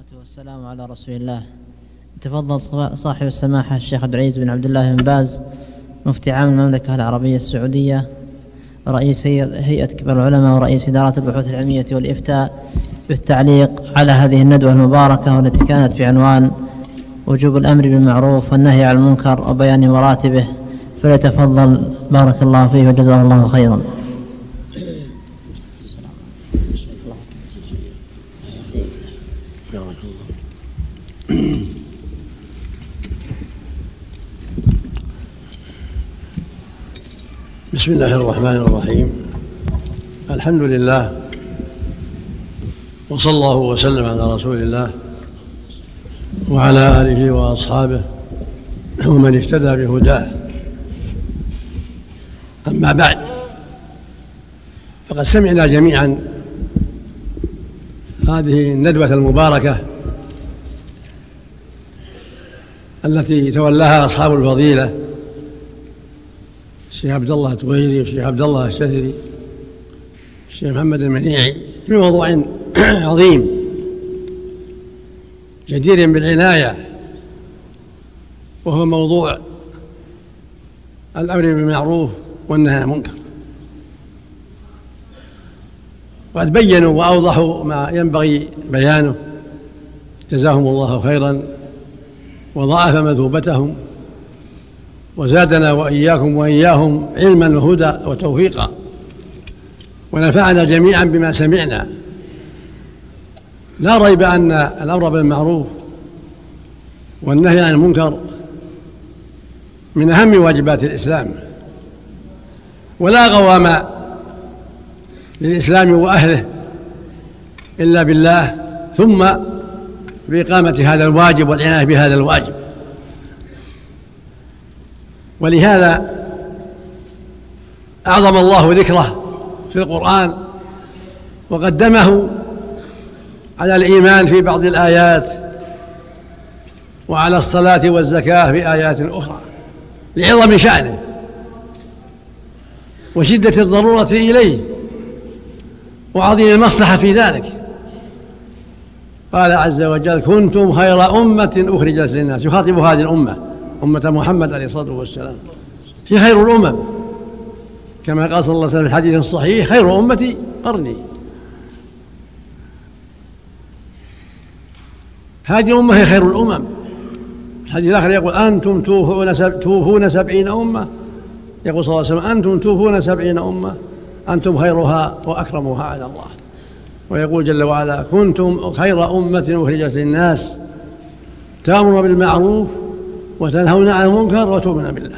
والصلاة والسلام على رسول الله. تفضل صاحب السماحة الشيخ عبد العزيز بن عبد الله بن باز مفتي عام المملكة العربية السعودية ورئيس هيئة كبار العلماء ورئيس إدارة البحوث العلمية والإفتاء بالتعليق على هذه الندوة المباركة والتي كانت بعنوان وجوب الأمر بالمعروف والنهي عن المنكر وبيان مراتبه، فليتفضل بارك الله فيه وجزاه الله خيرا. بسم الله الرحمن الرحيم. الحمد لله وصلى الله وسلم على رسول الله وعلى آله وأصحابه ومن اهتدى بهداه. أما بعد، فقد سمعنا جميعا هذه الندوة المباركة التي تولاها أصحاب الفضيلة الشيخ عبد الله التويري والشيخ عبد الله الشثري الشيخ محمد المنيعي في موضوع عظيم جدير بالعناية، وهو موضوع الأمر بالمعروف والنهي عن المنكر. وقد بينوا وأوضحوا ما ينبغي بيانه، جزاهم الله خيرا وضاعف مثوبتهم وزادنا وإياكم وإياهم علما وهدى وتوفيقا، ونفعنا جميعا بما سمعنا. لا ريب أن الأمر بالمعروف والنهي عن المنكر من أهم واجبات الإسلام، ولا قوام للإسلام وأهله إلا بالله، ثم بإقامة هذا الواجب والعناية بهذا الواجب. ولهذا أعظم الله ذكره في القرآن وقدمه على الإيمان في بعض الآيات وعلى الصلاة والزكاة في آيات أخرى لعظم شأنه وشدة الضرورة إليه وعظيم المصلحة في ذلك. قال عز وجل: كنتم خير أمة أخرجت للناس، يخاطب هذه الأمة أمة محمد عليه الصلاة والسلام، في خير الأمم، كما قال صلى الله عليه وسلم في الحديث الصحيح: خير أمتي قرني. هذه الأمة هي خير الأمم. الحديث الآخر يقول: أنتم توفون 70 أمة، يقول صلى الله عليه وسلم: أنتم توفون 70 أمة، أنتم خيرها وأكرمها على الله. ويقول جل وعلا: كنتم خير أمة أخرجت للناس تأمرون بالمعروف وتنهون عن المنكر وتؤمنون بالله.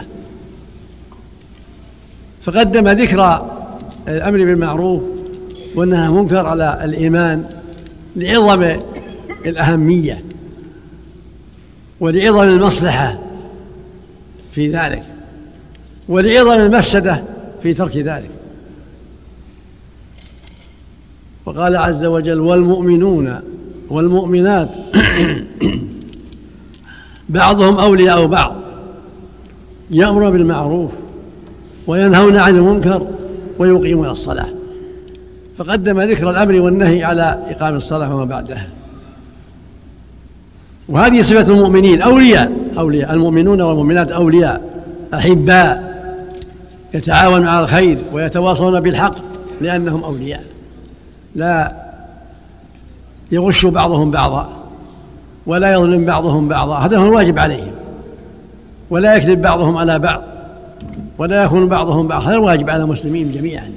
فقدم ذكر الأمر بالمعروف والنهي عن المنكر على الإيمان لعظم الأهمية ولعظم المصلحة في ذلك ولعظم المفسدة في ترك ذلك. وقال عز وجل: والمؤمنون والمؤمنات بعضهم أولياء بعض يأمرون بالمعروف وينهون عن المنكر ويقيمون الصلاة. فقدم ذكر الأمر والنهي على إقام الصلاة وما بعدها. وهذه صفة المؤمنين، أولياء المؤمنون والمؤمنات أولياء أحباء يتعاونون على الخير ويتواصلون بالحق لأنهم أولياء، لا يغش بعضهم بعضا ولا يظلم بعضهم بعضا، هذا هو الواجب عليهم، ولا يكذب بعضهم على بعض ولا يخون بعضهم بعض، هذا الواجب على المسلمين جميعا.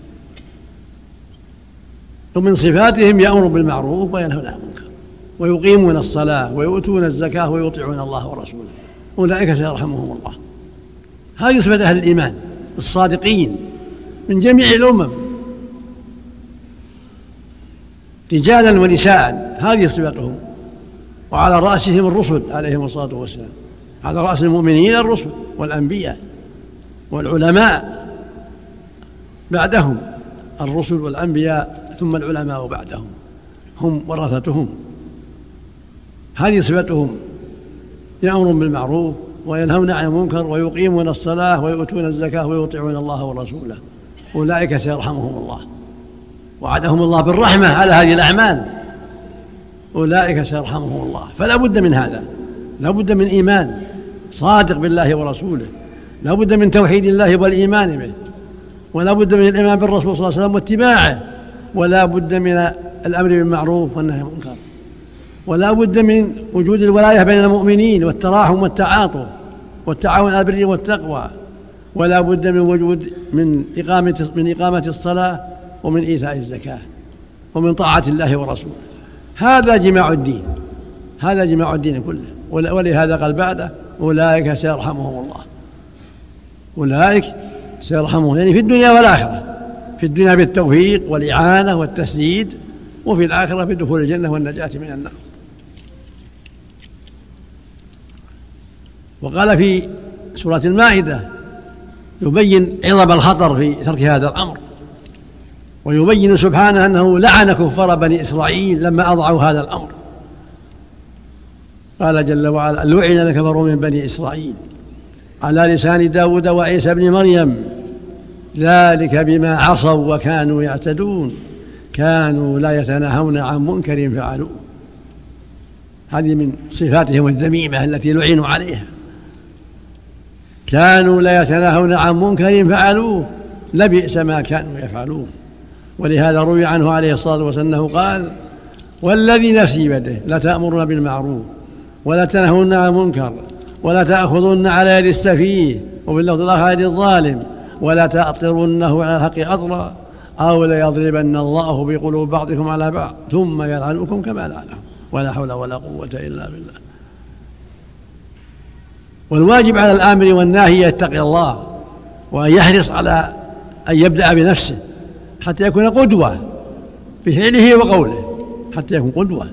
ومن صفاتهم يأمر بالمعروف وينهون عن المنكر ويقيمون الصلاة ويؤتون الزكاة ويطيعون الله ورسوله، أولئك سيرحمهم الله. هذه صفة أهل الإيمان الصادقين من جميع الأمم، رجالا ونساء، هذه صفتهم. وعلى رأسهم الرسل عليهم الصلاة والسلام، على رأس المؤمنين الرسل والأنبياء والعلماء بعدهم، الرسل والأنبياء ثم العلماء بعدهم، هم ورثتهم. هذه صفتهم، يأمرون بالمعروف وينهون عن المنكر ويقيمون الصلاة ويؤتون الزكاة ويطيعون الله ورسوله، أولئك سيرحمهم الله. وعدهم الله بالرحمة على هذه الأعمال، أولئك سيرحمهم الله. فلا بد من هذا، لا بد من إيمان صادق بالله ورسوله، لا بد من توحيد الله والإيمان به، ولا بد من الإيمان بالرسول صلى الله عليه وسلم واتباعه، ولا بد من الأمر بالمعروف والنهي عن المنكر، ولا بد من وجود الولاية بين المؤمنين والتراحم والتعاطف والتعاون على البر والتقوى، ولا بد من وجود من إقامة الصلاة ومن إيتاء الزكاة ومن طاعة الله ورسوله. هذا جماع الدين، هذا جماع الدين كله. ولهذا قال بعده أولئك سيرحمهم الله. أولئك سيرحمهم يعني في الدنيا والآخرة، في الدنيا بالتوفيق والإعانة والتسديد، وفي الآخرة بدخول الجنة والنجاة من النار. وقال في سورة المائدة يبين عظم الخطر في ترك هذا الأمر، ويبين سبحانه أنه لعن كفار بني إسرائيل لما أضعوا هذا الأمر. قال جل وعلا لعن الكفر من بني إسرائيل على لسان داود وعيسى بن مريم ذلك بما عصوا وكانوا يعتدون كانوا لا يتناهون عن منكر فعلوه. هذه من صفاتهم الذميمة التي لعنوا عليها، كانوا لا يتناهون عن منكر فعلوه لبئس ما كانوا يفعلون. ولهذا روي عنه عليه الصلاة والسلام أنه قال والذي نفسي بيده لتأمرون بالمعروف ولا تنهون عن المنكر ولا تأخذون على يد السفيه وباللفظ الآخر يد الظالم ولا تأطرنه على الحق أطرا أو ليضربن الله بقلوب بعضكم على بعض ثم يلعنكم كما لعنهم ولا حول ولا قوة إلا بالله. والواجب على الآمر والناهي يتقي الله وأن يحرص على أن يبدأ بنفسه حتى يكون قدوة بفعله وقوله، حتى يكون قدوة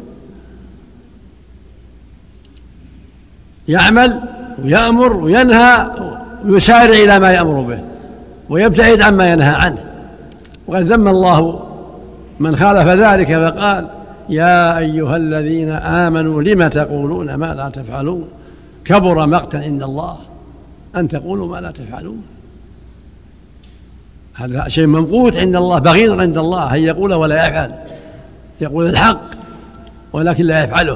يعمل ويأمر وينهى ويسارع إلى ما يأمر به ويبتعد عما ينهى عنه. وقد ذم الله من خالف ذلك فقال يا أيها الذين آمنوا لم تقولون ما لا تفعلون كبر مقتا عند الله أن تقولوا ما لا تفعلون. هذا شيء ممقوت عند الله، بغيض عند الله، أن يقول ولا يفعل، يقول الحق ولكن لا يفعله،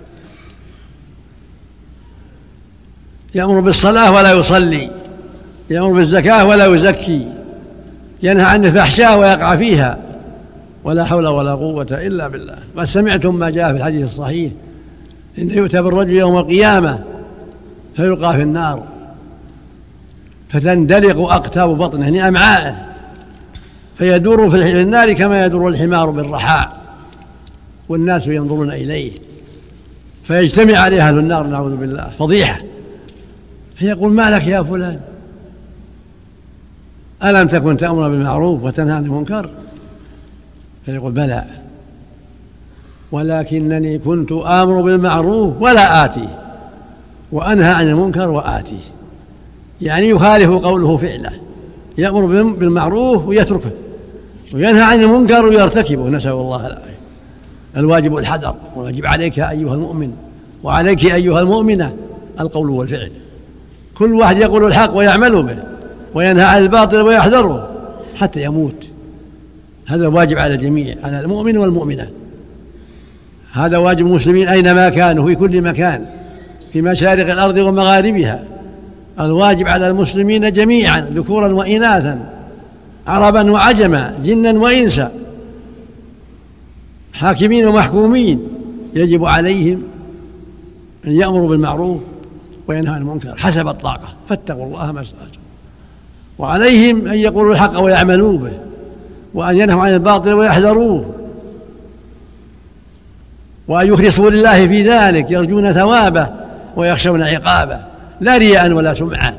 يأمر بالصلاة ولا يصلي، يأمر بالزكاة ولا يزكي، ينهى عن الفحشاء ويقع فيها، ولا حول ولا قوة إلا بالله. قد سمعتم ما جاء في الحديث الصحيح إن يؤتى بالرجل يوم القيامة فيلقى في النار فتندلق أقتاب بطنه يعني أمعاءه فيدور في النار كما يدور الحمار بالرحاء والناس ينظرون إليه فيجتمع عليه أهل النار نعوذ بالله فضيحة، فيقول ما لك يا فلان ألم تكن تأمر بالمعروف وتنهى عن المنكر؟ فيقول بلى ولكنني كنت آمر بالمعروف ولا آتيه وأنهى عن المنكر وآتيه، يعني يخالف قوله فعله، يأمر بالمعروف ويتركه وينهى عن المنكر ويرتكبه، نسأل الله العافية. الواجب الحذر، ويجب عليك أيها المؤمن وعليك أيها المؤمنة القول والفعل، كل واحد يقول الحق ويعمل به وينهى عن الباطل ويحذره حتى يموت. هذا واجب على الجميع، على المؤمن والمؤمنة، هذا واجب المسلمين أينما كانوا في كل مكان في مشارق الأرض ومغاربها. الواجب على المسلمين جميعا ذكورا وإناثا عربا وعجما جنا وإنسا حاكمين ومحكومين، يجب عليهم أن يأمروا بالمعروف وينهوا عن المنكر حسب الطاقة، فاتقوا الله ما استطعتم. وعليهم أن يقولوا الحق ويعملوا به وأن ينهوا عن الباطل ويحذروه وأن يخلصوا لله في ذلك يرجون ثوابه ويخشون عقابه لا رياء ولا سمعة،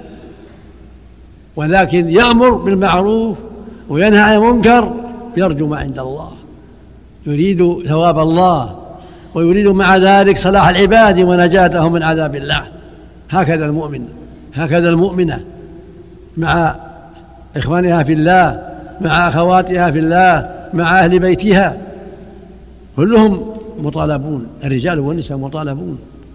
ولكن يأمر بالمعروف وينهى عن المنكر يرجو ما عند الله، يريد ثواب الله ويريد مع ذلك صلاح العباد ونجاتهم من عذاب الله. هكذا المؤمن، هكذا المؤمنة مع إخوانها في الله، مع أخواتها في الله، مع أهل بيتها، كلهم مطالبون، الرجال والنساء مطالبون،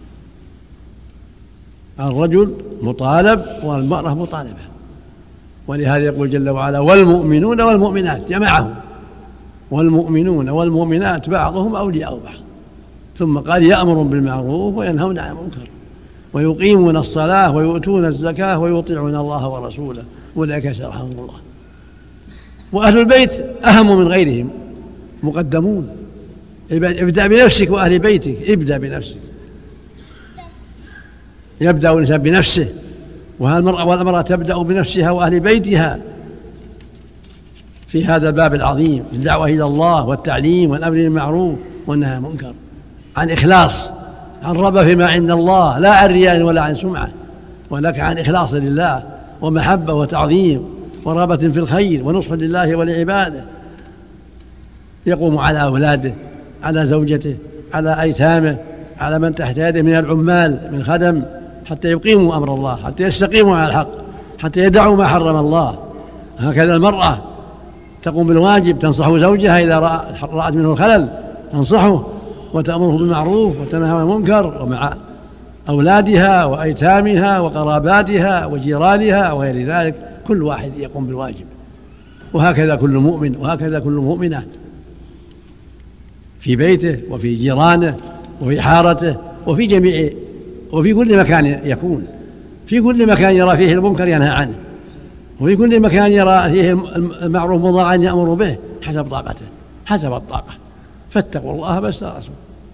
الرجل مطالب والمرأة مطالبة. ولهذا يقول جل وعلا والمؤمنون والمؤمنات، جمعهم، والمؤمنون والمؤمنات بعضهم أولياء بعض، ثم قال يأمر بالمعروف وينهون عن المنكر ويقيمون الصلاة ويؤتون الزكاة ويطيعون الله ورسوله أولئك سيرحمهم الله. وأهل البيت أهم من غيرهم، مقدمون. ابدأ بنفسك وأهل بيتك، ابدأ بنفسك. يبدأ الإنسان بنفسه، والمرأة تبدأ بنفسها وأهل بيتها في هذا الباب العظيم، الدعوة إلى الله والتعليم والأمر بالمعروف والنهي عن المنكر، عن إخلاص، عن رغبة فيما عند الله، لا عن رياء ولا عن سمعة، ولكن عن إخلاص لله ومحبة وتعظيم ورغبة في الخير ونصح لله ولعباده. يقوم على أولاده، على زوجته، على أيتامه، على من تحت يده من العمال من خدم، حتى يقيموا أمر الله، حتى يستقيموا على الحق، حتى يدعوا ما حرم الله. هكذا المرأة تقوم بالواجب، تنصح زوجها إذا رأت منه الخلل، تنصحه وتأمره بالمعروف وتنهى عن المنكر، ومع أولادها وأيتامها وقراباتها وجيرانها وغير ذلك، كل واحد يقوم بالواجب. وهكذا كل مؤمن وهكذا كل مؤمنة في بيته وفي جيرانه وفي حارته وفي كل مكان يكون، في كل مكان يرى فيه المنكر ينهى عنه، وفي كل مكان يرى فيه المعروف مضاعا يأمر به حسب طاقته، حسب الطاقة. فاتقوا الله ما استطعتم.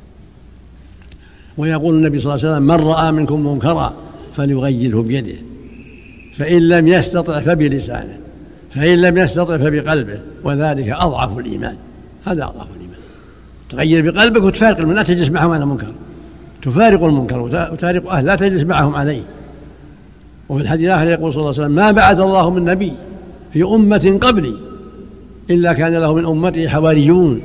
ويقول النبي صلى الله عليه وسلم: من رأى منكم منكرا فليغيره بيده، فإن لم يستطع فبلسانه، فإن لم يستطع فبقلبه، وذلك أضعف الإيمان. هذا أضعف الإيمان. تغير بقلبك وتفارق المنكر، لا تجلس معهم على المنكر، تفارق المنكر وتفارق أهل، لا تجلس معهم عليه. وفي الحديث الآخر يقول صلى الله عليه وسلم: ما بعث الله من نبي في أمة قبلي إلا كان له من أمته حواريون،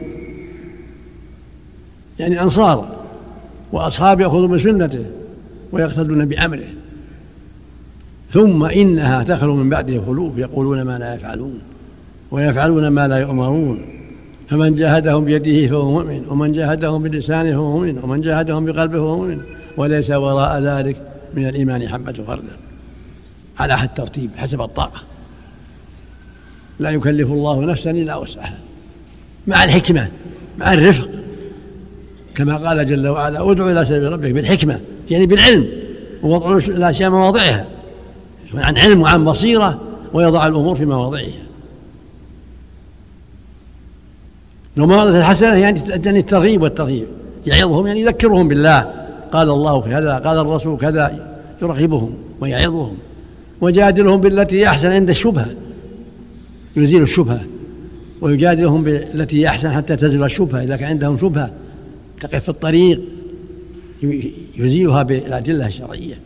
يعني أنصار وأصحاب يأخذون من سنته ويقتدون بأمره، ثم إنها تخلو من بعده خلوف يقولون ما لا يفعلون ويفعلون ما لا يؤمرون، فمن جاهدهم بيده فهو مؤمن، ومن جاهدهم بلسانه فهو مؤمن، ومن جاهدهم بقلبه فهو مؤمن، وليس وراء ذلك من الإيمان حبة خردل، على حد الترتيب حسب الطاقة. لا يكلف الله نفسا إلا وسعها، مع الحكمة، مع الرفق، كما قال جل وعلا: ادع إلى سبيل ربك بالحكمة، يعني بالعلم، ووضع الأشياء مواضعها، عن علم وعن بصيرة، ويضع الأمور في مواضعها. ومواضع الحسنة يعني الترغيب والترهيب، يعظهم يعني يذكرهم بالله، قال الله كذا، قال الرسول كذا، يرغبهم ويعظهم. وجادلهم بالتي أحسن عند الشبهة، يزيل الشبهة، ويجادلهم بالتي أحسن حتى تزول الشبهة. إذا كان عندهم شبهة تقف في الطريق يزيلها بالأدلة الشرعية.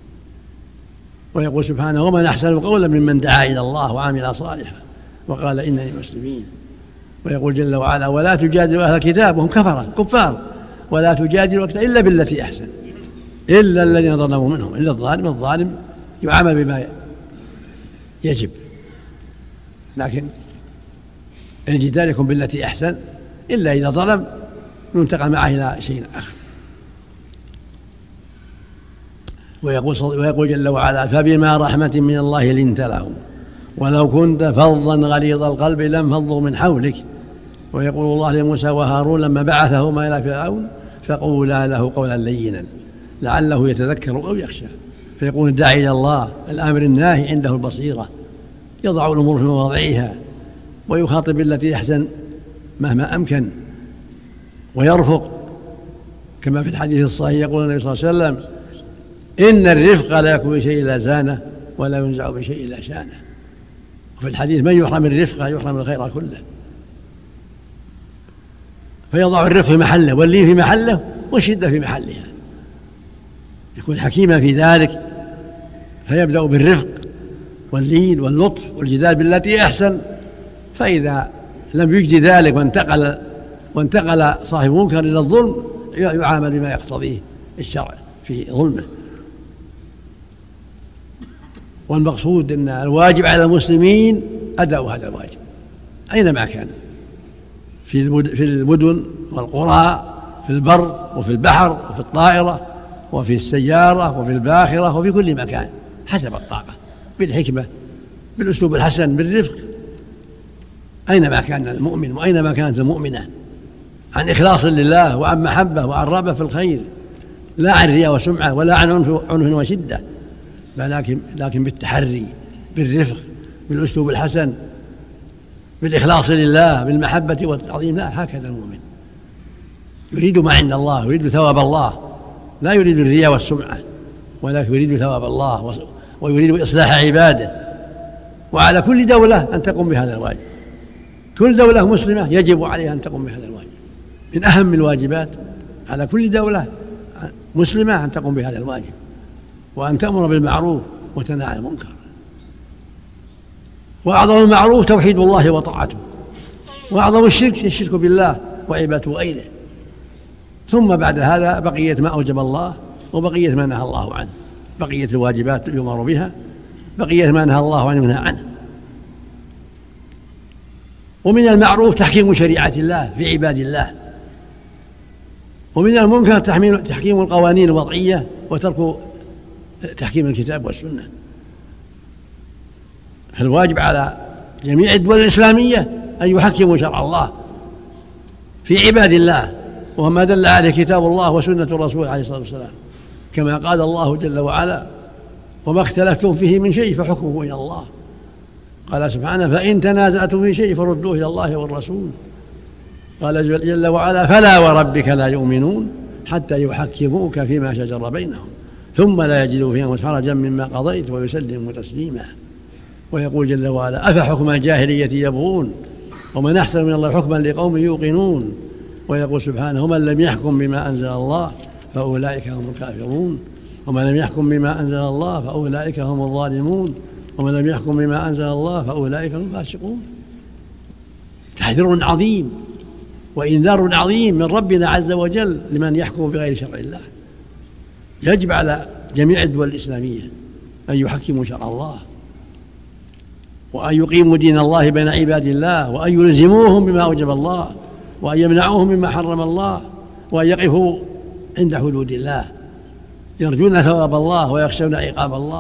ويقول سبحانه: ومن أحسن قولا ممن دعا إلى الله وعمل صالحا وقال إنني مسلمين. ويقول جل وعلا: ولا تجادلوا أهل الكتاب وهم كفار ولا تجادلوا إلا بالتي أحسن إلا الذين ظلموا منهم، إلا الظالم يعامل بما يجب، لكن الجدال يكون بالتي أحسن إلا إذا ظلم ينتقل معه إلى شيء آخر. ويقول جل وعلا: فبما رحمة من الله لنت لهم ولو كنت فظا غليظ القلب لانفضوا من حولك. ويقول الله لموسى وهارون لما بعثهما إلى فرعون: فقولا له قولا لينا لعله يتذكر أو يخشى. فيقول الداعي إلى الله الآمر الناهي عنده البصيرة، يضع الأمور في مواضعها ويخاطب التي أحسن مهما أمكن، ويرفق، كما في الحديث الصحيح يقول النبي صلى الله عليه وسلم: إن الرفق لا يكون بشيء إلا زانه ولا ينزع بشيء إلا شانه. وفي الحديث: من يحرم الرفق يحرم الخير كله. فيضع الرفق في محله واللين في محله والشدة في محلها، يكون حكيما في ذلك، فيبدأ بالرفق واللين واللطف والجدال بالتي أحسن. فإذا لم يجد ذلك وانتقل صاحب منكر إلى الظلم يعامل بما يقتضيه الشرع في ظلمه. والمقصود أن الواجب على المسلمين أداء هذا الواجب أينما كان، في المدن والقرى، في البر وفي البحر وفي الطائرة وفي السيارة وفي الباخرة وفي كل مكان، حسب الطاقة، بالحكمة، بالأسلوب الحسن، بالرفق، أينما كان المؤمن وأينما كانت المؤمنة. عن إخلاص لله وعن محبة وعن رغبة في الخير، لا عن رياء وسمعة ولا عن عنف وشدة، لكن بالتحري، بالرفق، بالأسلوب الحسن، بالإخلاص لله، بالمحبة والتعظيم. لا، هكذا المؤمن يريد ما عند الله، يريد ثواب الله، لا يريد الرياء والسمعة، ولكن يريد ثواب الله ويريد إصلاح عباده. وعلى كل دولة أن تقوم بهذا الواجب، كل دولة مسلمة يجب عليها أن تقوم بهذا الواجب، من أهم الواجبات على كل دولة مسلمة أن تقوم بهذا الواجب، وأن تأمر بالمعروف وتنهى عن المنكر. وأعظم المعروف توحيد الله وطاعته، وأعظم الشرك بالله وعبادة غيره، ثم بعد هذا بقية ما أوجب الله وبقية ما نهى الله عنه، بقية الواجبات يؤمر بها، بقية ما نهى الله عنه وينهى عنه. ومن المعروف تحكيم شريعة الله في عباد الله، ومن المنكر تحكيم القوانين الوضعية وترك تحكيم الكتاب والسنة. فالواجب على جميع الدول الإسلامية أن يحكموا شرع الله في عباد الله، وما دل عليه كتاب الله وسنة الرسول عليه الصلاة والسلام، كما قال الله جل وعلا: وما اختلفتم فيه من شيء فحكمه إلى الله. قال سبحانه: فإن تنازعتم في شيء فردوه إلى الله والرسول. قال جل وعلا: فلا وربك لا يؤمنون حتى يحكموك فيما شجر بينهم ثم لا يجدوا في أنفسهم حرجا مما قضيت ويسلموا تسليما. ويقول جل وعلا: أفحكم الجاهلية يبغون ومن أحسن من الله حكما لقوم يوقنون. ويقول سبحانه: ومن لم يحكم بما أنزل الله فأولئك هم الكافرون ومن لم يحكم بما أنزل الله فأولئك هم الظالمون ومن لم يحكم بما أنزل الله فأولئك هم الفاسقون. تحذير عظيم وإنذار عظيم من ربنا عز وجل لمن يحكم بغير شرع الله. يجب على جميع الدول الإسلامية أن يحكموا شرع الله، وأن يقيموا دين الله بين عباد الله، وأن يلزموهم بما أوجب الله، وأن يمنعوهم مما حرم الله، وأن يقفوا عند حدود الله، يرجون ثواب الله ويخشون عقاب الله.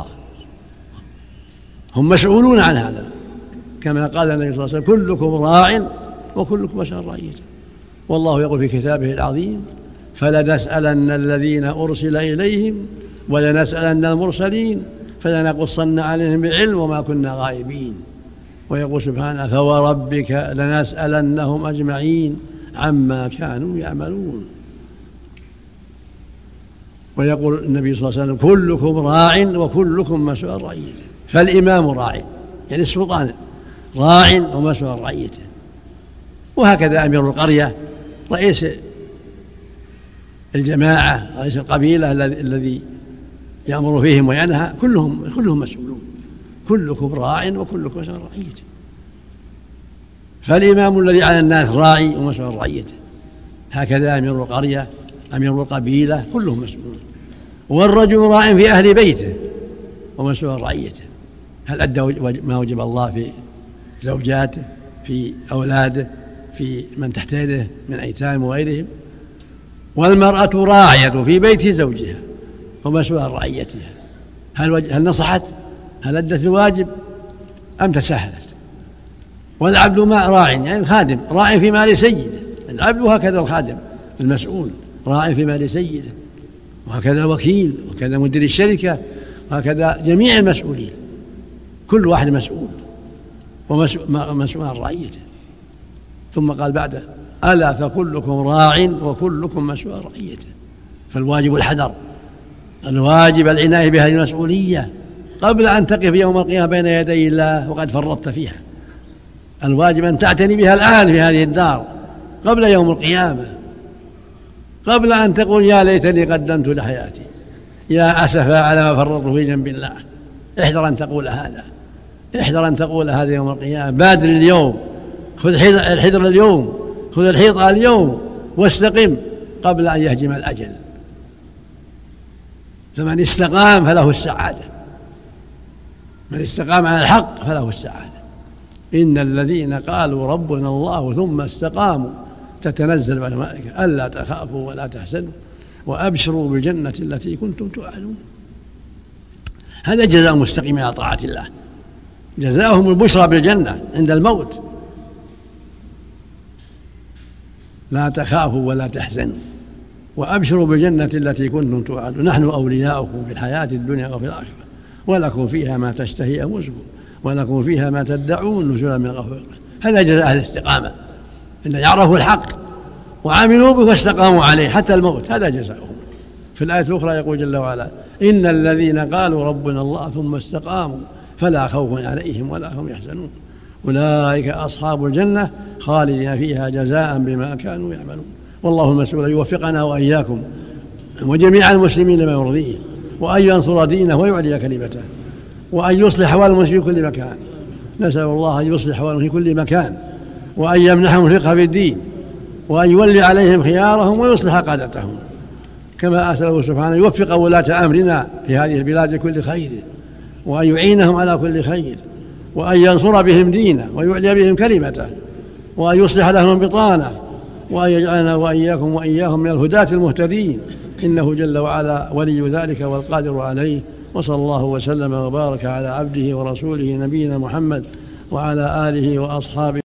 هم مسؤولون عن هذا، كما قال النبي صلى الله عليه وسلم: كلكم راع وكلكم مسؤول عن رعيته. والله يقول في كتابه العظيم: فلنسألن الذين أرسل إليهم ولنسألن المرسلين فلنقصن عليهم بعلم وما كنا غائبين. ويقول سبحانه: فوربك لنسألنهم أجمعين عما كانوا يعملون. ويقول النبي صلى الله عليه وسلم: كلكم راع وكلكم مسؤول عن رعيته. فالإمام راع، يعني السلطان راع ومسؤول عن رعيته. وهكذا أمير القرية، رئيس الجماعة، رئيس القبيلة الذي يأمر فيهم وينهى، كلهم مسؤولون. كلكم راع وكلكم مسؤول عن رعيته. فالإمام الذي على الناس راعي ومسؤول عن رعيته، هكذا أمير القرية، أمير القبيلة، كلهم مسؤولون. والرجل راع في أهل بيته ومسؤول عن رعيته، هل أدى ما وجب الله في زوجاته، في أولاده، في من تحت يده من أيتام وغيرهم. والمرأة راعية في بيت زوجها ومسؤول عن رعيتها، هل نصحت، هل أدت الواجب أم تساهلت. والعبد راع، يعني خادم راع في مال سيده، العبد هكذا الخادم المسؤول راع في مال سيده، وهكذا الوكيل، وهكذا مدير الشركة، وهكذا جميع المسؤولين، كل واحد مسؤول ومسؤول عن رعيته. ثم قال بعده: ألا فكلكم راع وكلكم مسؤول عن رعيته. فالواجب الحذر، الواجب العناية بهذه المسؤولية قبل أن تقف يوم القيامة بين يدي الله وقد فرطت فيها. الواجب أن تعتني بها الآن في هذه الدار قبل يوم القيامة، قبل أن تقول: يا ليتني قدمت لحياتي، يا أسفا على ما فرطت في جنب الله. احذر أن تقول هذا، احذر أن تقول هذا يوم القيامة. بادر اليوم، خذ الحذر اليوم، خذ الحيطة اليوم، واستقم قبل أن يهجم الأجل. فمن استقام فله السعادة، من استقام على الحق فله السعادة. إن الذين قالوا ربنا الله ثم استقاموا تتنزل الملائكة ألا تخافوا ولا تحزنوا وأبشروا بالجنة التي كنتم توعدون. هذا جزاء المستقيمين على طاعة الله، جزاؤهم البشرى بالجنة عند الموت. لا تخافوا ولا تحزنوا وأبشروا بالجنة التي كنتم توعدون نحن أولياؤكم في الحياة الدنيا وفي الآخرة ولكم فيها ما تشتهي أنفسكم ولكم فيها ما تدعون نزلا من غفور. هذا جزاء أهل الاستقامة إن يعرفوا الحق وعملوا به واستقاموا عليه حتى الموت، هذا جزاؤهم. في الآية الأخرى يقول جل وعلا إن الذين قالوا ربنا الله ثم استقاموا فلا خوف عليهم ولا هم يحزنون أولئك أصحاب الجنة خالدين فيها جزاء بما كانوا يعملون. والله المسؤول أن يوفقنا وإياكم وجميع المسلمين ما يرضيه وأن ينصر دينه ويعلي كلمته وأن يصلح أحوال المسلمين في كل مكان. نسأل الله أن يصلح أحوالهم في كل مكان وأن يمنحهم الفقه في الدين وأن يولي عليهم خيارهم ويصلح قادتهم، كما أسأله سبحانه يوفق ولاة أمرنا في هذه البلاد كل خير وأن يعينهم على كل خير وأن ينصر بهم دينه ويعلي بهم كلمته وأن يصلح لهم بطانه وأن يجعلنا وإياكم وإياهم من الهداة المهتدين إنه جل وعلا ولي ذلك والقادر عليه. وصلى الله وسلم وبارك على عبده ورسوله نبينا محمد وعلى آله وأصحابه.